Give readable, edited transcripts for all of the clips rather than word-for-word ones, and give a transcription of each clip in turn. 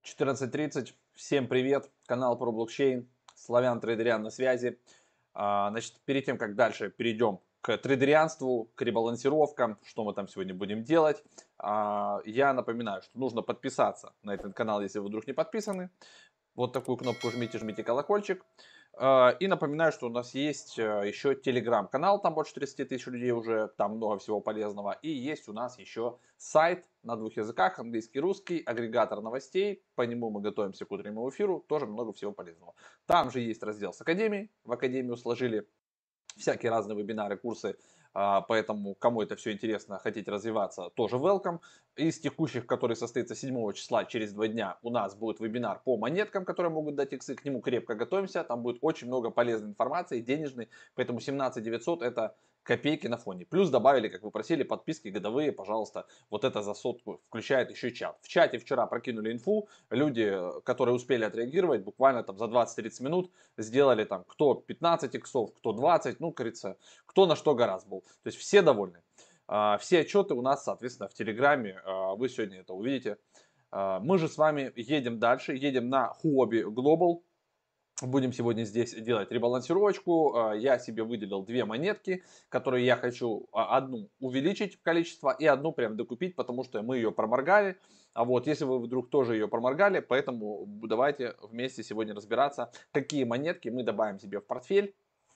14:30. Всем привет. Канал про блокчейн. Славян Трейдерян на связи. Значит, перед тем, как дальше перейдем к трейдерианству, к ребалансировкам, что мы там сегодня будем делать, я напоминаю, что нужно подписаться на этот канал, если вы вдруг не подписаны. Вот такую кнопку жмите, жмите колокольчик. И напоминаю, что у нас есть еще телеграм-канал, там больше 30 тысяч людей уже, там много всего полезного. И есть у нас еще сайт на двух языках, английский и русский, агрегатор новостей. По нему мы готовимся к утреннему эфиру, тоже много всего полезного. Там же есть раздел с академией. В академию сложили всякие разные вебинары, курсы, поэтому кому это все интересно, хотите развиваться, тоже welcome. Из текущих, который состоится 7 числа, через 2 дня, у нас будет вебинар по монеткам, которые могут дать иксы, к нему крепко готовимся, там будет очень много полезной информации, денежной, поэтому 17 900 это копейки на фоне. Плюс добавили, как вы просили, подписки годовые, пожалуйста, вот это за сотку включает еще чат. В чате вчера прокинули инфу, люди, которые успели отреагировать, буквально там за 20-30 минут сделали там кто 15 иксов, кто 20, ну, кажется, кто на что гораздо был. То есть все довольны. Все отчеты у нас, соответственно, в Телеграме, вы сегодня это увидите. Мы же с вами едем дальше, едем на Huobi Global. Будем сегодня здесь делать ребалансировочку. Я себе выделил две монетки, которые я хочу одну увеличить количество и одну прям докупить, потому что мы ее проморгали. А вот если вы вдруг тоже ее проморгали, поэтому давайте вместе сегодня разбираться, какие монетки мы добавим себе в портфель.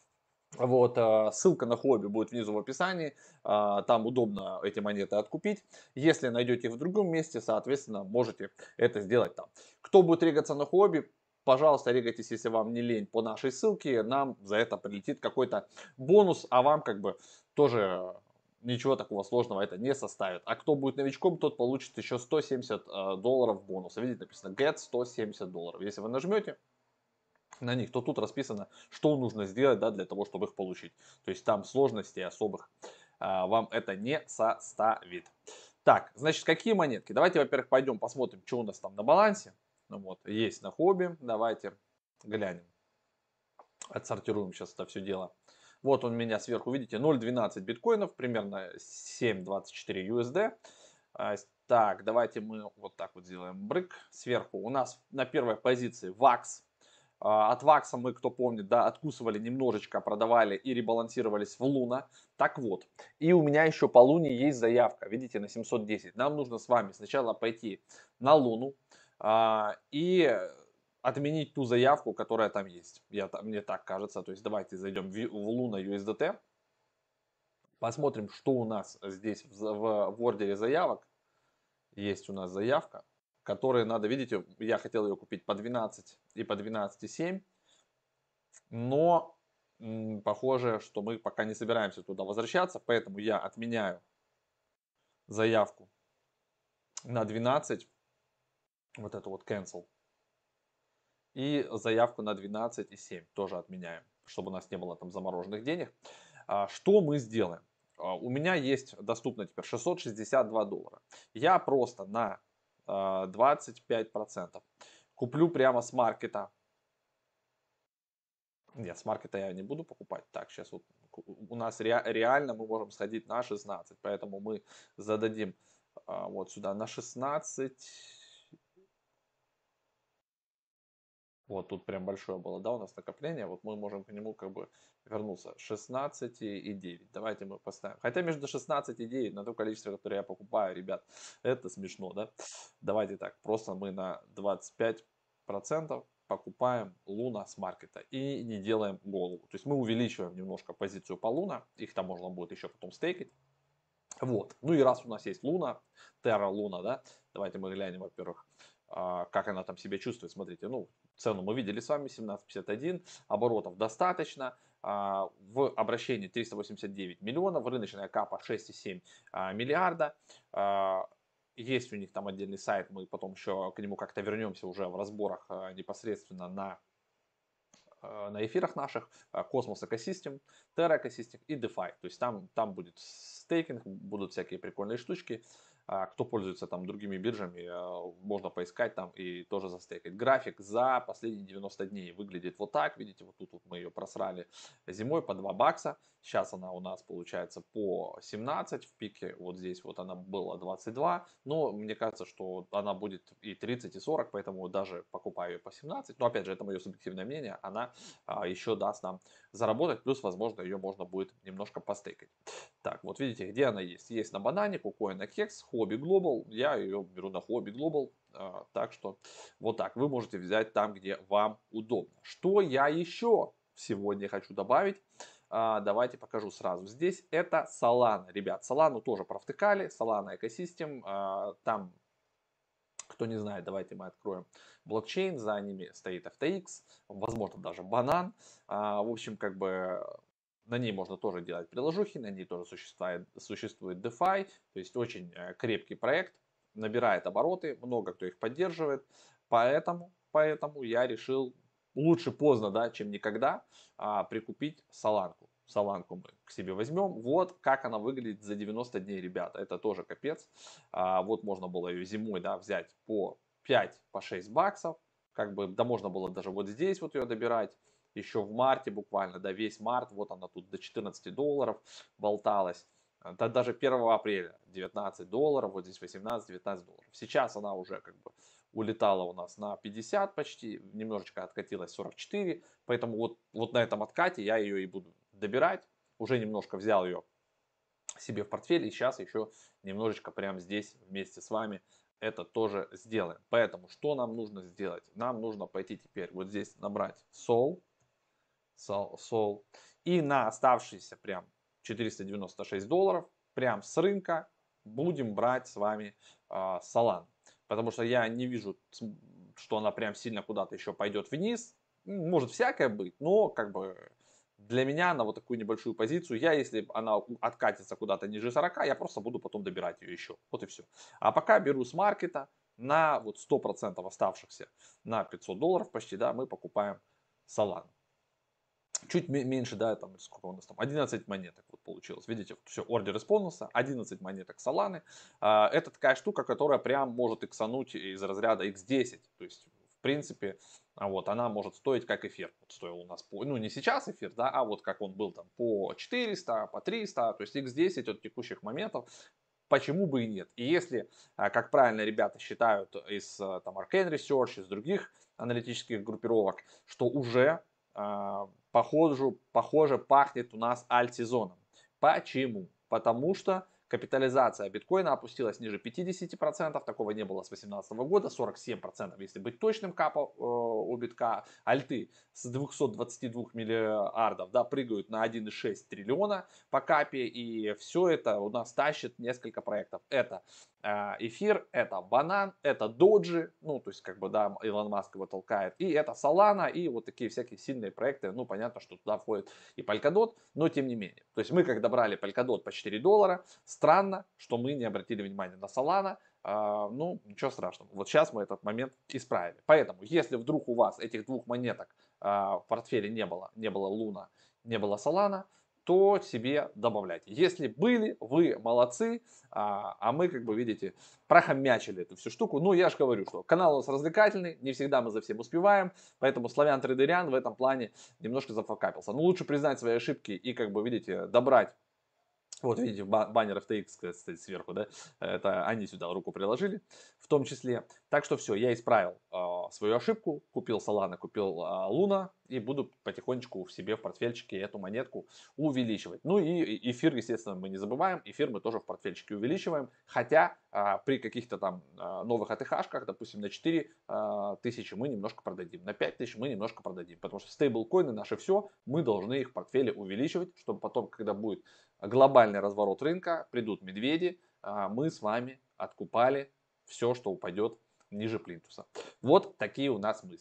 Вот, ссылка на хобби будет внизу в описании, там удобно эти монеты откупить. Если найдете их в другом месте, соответственно, можете это сделать там. Кто будет регаться на хобби, пожалуйста, регайтесь, если вам не лень, по нашей ссылке, нам за это прилетит какой-то бонус, а вам как бы тоже ничего такого сложного это не составит. А кто будет новичком, тот получит еще 170 долларов бонуса. Видите, написано get 170 долларов. Если вы нажмете на них, то тут расписано, что нужно сделать, да, для того, чтобы их получить. То есть там сложностей особых вам это не составит. Так, значит, какие монетки? Давайте, во-первых, пойдем посмотрим, что у нас там на балансе. Ну вот, есть на хобби. Давайте глянем. Отсортируем сейчас это все дело. Вот он у меня сверху, видите, 0.12 биткоинов, примерно 7.24 USD. Так, давайте мы вот так вот сделаем брык. Сверху у нас на первой позиции ВАКС. От Вакса мы, кто помнит, да, откусывали немножечко, продавали и ребалансировались в Луна. Так вот, и у меня еще по Луне есть заявка, видите, на 710. Нам нужно с вами сначала пойти на Луну и отменить ту заявку, которая там есть. Мне так кажется. То есть давайте зайдем в Луна USDT, посмотрим, что у нас здесь в ордере заявок. Есть у нас заявка, которые надо, видите, я хотел ее купить по 12 и по 12,7, но похоже, что мы пока не собираемся туда возвращаться, поэтому я отменяю заявку на 12, вот это вот cancel, и заявку на 12,7 тоже отменяем, чтобы у нас не было там замороженных денег. Что мы сделаем? У меня есть доступно теперь 662 доллара. Я просто на 25% куплю прямо с маркета. Нет, с маркета я не буду покупать. Так, сейчас вот у нас реально мы можем сходить на 16, поэтому мы зададим вот сюда на 16. Вот тут прям большое было, да, у нас накопление. Вот мы можем к нему как бы вернуться. 16 и 9. Давайте мы поставим. Хотя между 16 и 9 на то количество, которое я покупаю, ребят, это смешно, да? Давайте так, просто мы на 25% покупаем Луна с маркета и не делаем голову. То есть мы увеличиваем немножко позицию по Луна. Их там можно будет еще потом стейкать. Вот. Ну и раз у нас есть Луна, Terra Луна, да, давайте мы глянем, во-первых, как она там себя чувствует. Смотрите, ну, цену мы видели с вами, 17.51, оборотов достаточно, в обращении 389 миллионов, рыночная капа 6,7 миллиарда. Есть у них там отдельный сайт, мы потом еще к нему как-то вернемся уже в разборах непосредственно на эфирах наших, Cosmos Ecosystem, Terra Ecosystem и DeFi. То есть там будет стейкинг, будут всякие прикольные штучки. Кто пользуется там другими биржами, можно поискать там и тоже застейкать. График за последние 90 дней выглядит вот так. Видите, вот тут вот мы ее просрали зимой по 2 бакса. Сейчас она у нас получается по 17 в пике. Вот здесь вот она была 22. Но мне кажется, что она будет и 30, и 40, поэтому даже покупаю ее по 17. Но опять же, это мое субъективное мнение. Она еще даст нам заработать. Плюс, возможно, ее можно будет немножко постейкать. Так, вот видите, где она есть. Есть на банане, KuCoin, на Hex, Hobby Global. Я ее беру на Hobby Global. Так что вот так. Вы можете взять там, где вам удобно. Что я еще сегодня хочу добавить? Давайте покажу сразу. Здесь это Solana. Ребят, Solana тоже провтыкали. Solana Ecosystem. Там, кто не знает, давайте мы откроем блокчейн. За ними стоит FTX. Возможно, даже банан. В общем, как бы на ней можно тоже делать приложухи, на ней тоже существует DeFi, то есть очень крепкий проект, набирает обороты, много кто их поддерживает, поэтому я решил лучше поздно, да, чем никогда прикупить Соланку. Соланку мы к себе возьмем. Вот как она выглядит за 90 дней, ребята. Это тоже капец. Вот можно было ее зимой, да, взять по 5, по 6 баксов. Как бы, да можно было даже вот здесь вот ее добирать еще в марте буквально, да, весь март, вот она тут до 14 долларов болталась. Да, даже 1 апреля 19 долларов, вот здесь 18-19 долларов. Сейчас она уже как бы улетала у нас на 50 почти, немножечко откатилась 44, поэтому вот на этом откате я ее и буду добирать. Уже немножко взял ее себе в портфель и сейчас еще немножечко прямо здесь вместе с вами это тоже сделаем. Поэтому что нам нужно сделать? Нам нужно пойти теперь вот здесь набрать Sol. И на оставшиеся прям 496 долларов, прям с рынка, будем брать с вами Solana. Потому что я не вижу, что она прям сильно куда-то еще пойдет вниз. Может всякое быть, но как бы для меня на вот такую небольшую позицию, если она откатится куда-то ниже 40, я просто буду потом добирать ее еще. Вот и все. А пока беру с маркета на вот 100% оставшихся на 500 долларов почти, да, мы покупаем Solana. Чуть меньше, да, там, сколько у нас там, 11 монеток вот получилось. Видите, вот все, ордер исполнился, 11 монеток Solana. Это такая штука, которая прям может иксануть из разряда X10. То есть, в принципе, вот, она может стоить как эфир. Вот стоил у нас, ну, не сейчас эфир, да, а вот как он был там по 400, по 300, то есть X10 от текущих моментов. Почему бы и нет? И если, как правильно ребята считают из там, Arcane Research, из других аналитических группировок, что уже похоже пахнет у нас альт-сезоном. Почему? Потому что капитализация биткоина опустилась ниже 50%, такого не было с 2018 года, 47%, если быть точным, капа у битка. Альты с 222 миллиардов, да, прыгают на 1,6 триллиона по капе, и все это у нас тащит несколько проектов. Это эфир, это банан, это доджи, ну, то есть, как бы, да, Илон Маск его толкает, и это Solana, и вот такие всякие сильные проекты, ну, понятно, что туда входит и Polkadot, но тем не менее. То есть, мы, когда брали Polkadot по 4 доллара, странно, что мы не обратили внимания на Solana, ну, ничего страшного. Вот сейчас мы этот момент исправили. Поэтому, если вдруг у вас этих двух монеток в портфеле не было Луна, не было Solana, то себе добавляйте. Если были, вы молодцы, а мы, как бы видите, прохомячили эту всю штуку. Ну, я же говорю, что канал у нас развлекательный, не всегда мы за всем успеваем, поэтому Славян Трейдерян в этом плане немножко зафакапился. Но лучше признать свои ошибки и, как бы видите, добрать. Вот видите, баннер FTX, кстати, сверху, да, это они сюда руку приложили, в том числе. Так что все, я исправил свою ошибку, купил Solana, купил Luna и буду потихонечку в себе в портфельчике эту монетку увеличивать. Ну и эфир, естественно, мы не забываем, эфир мы тоже в портфельчике увеличиваем, хотя при каких-то там новых АТХ-шках, допустим, на 4 тысячи мы немножко продадим, на 5 тысяч мы немножко продадим, потому что стейблкоины наши все, мы должны их в портфеле увеличивать, чтобы потом, когда будет глобальный разворот рынка, придут медведи, мы с вами откупали все, что упадет ниже плинтуса. Вот такие у нас мысли.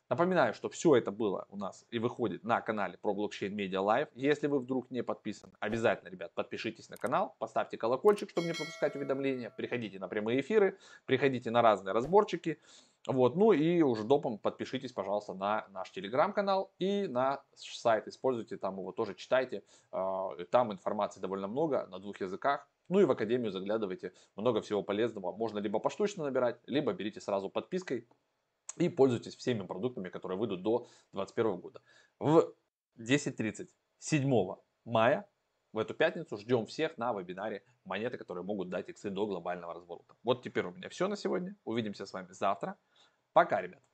Напоминаю, что все это было у нас и выходит на канале про блокчейн Media Live. Если вы вдруг не подписаны, обязательно, ребят, подпишитесь на канал, поставьте колокольчик, чтобы не пропускать уведомления, приходите на прямые эфиры, приходите на разные разборчики. Вот, ну и уже допом подпишитесь, пожалуйста, на наш телеграм-канал и на сайт. Используйте там его, тоже читайте. Там информации довольно много на 2 языках. Ну и в академию заглядывайте, много всего полезного. Можно либо поштучно набирать, либо берите сразу подпиской и пользуйтесь всеми продуктами, которые выйдут до 2021 года. В 10:30 7 мая в эту пятницу ждем всех на вебинаре монеты, которые могут дать иксы до глобального разворота. Вот теперь у меня все на сегодня. Увидимся с вами завтра. Пока, ребят.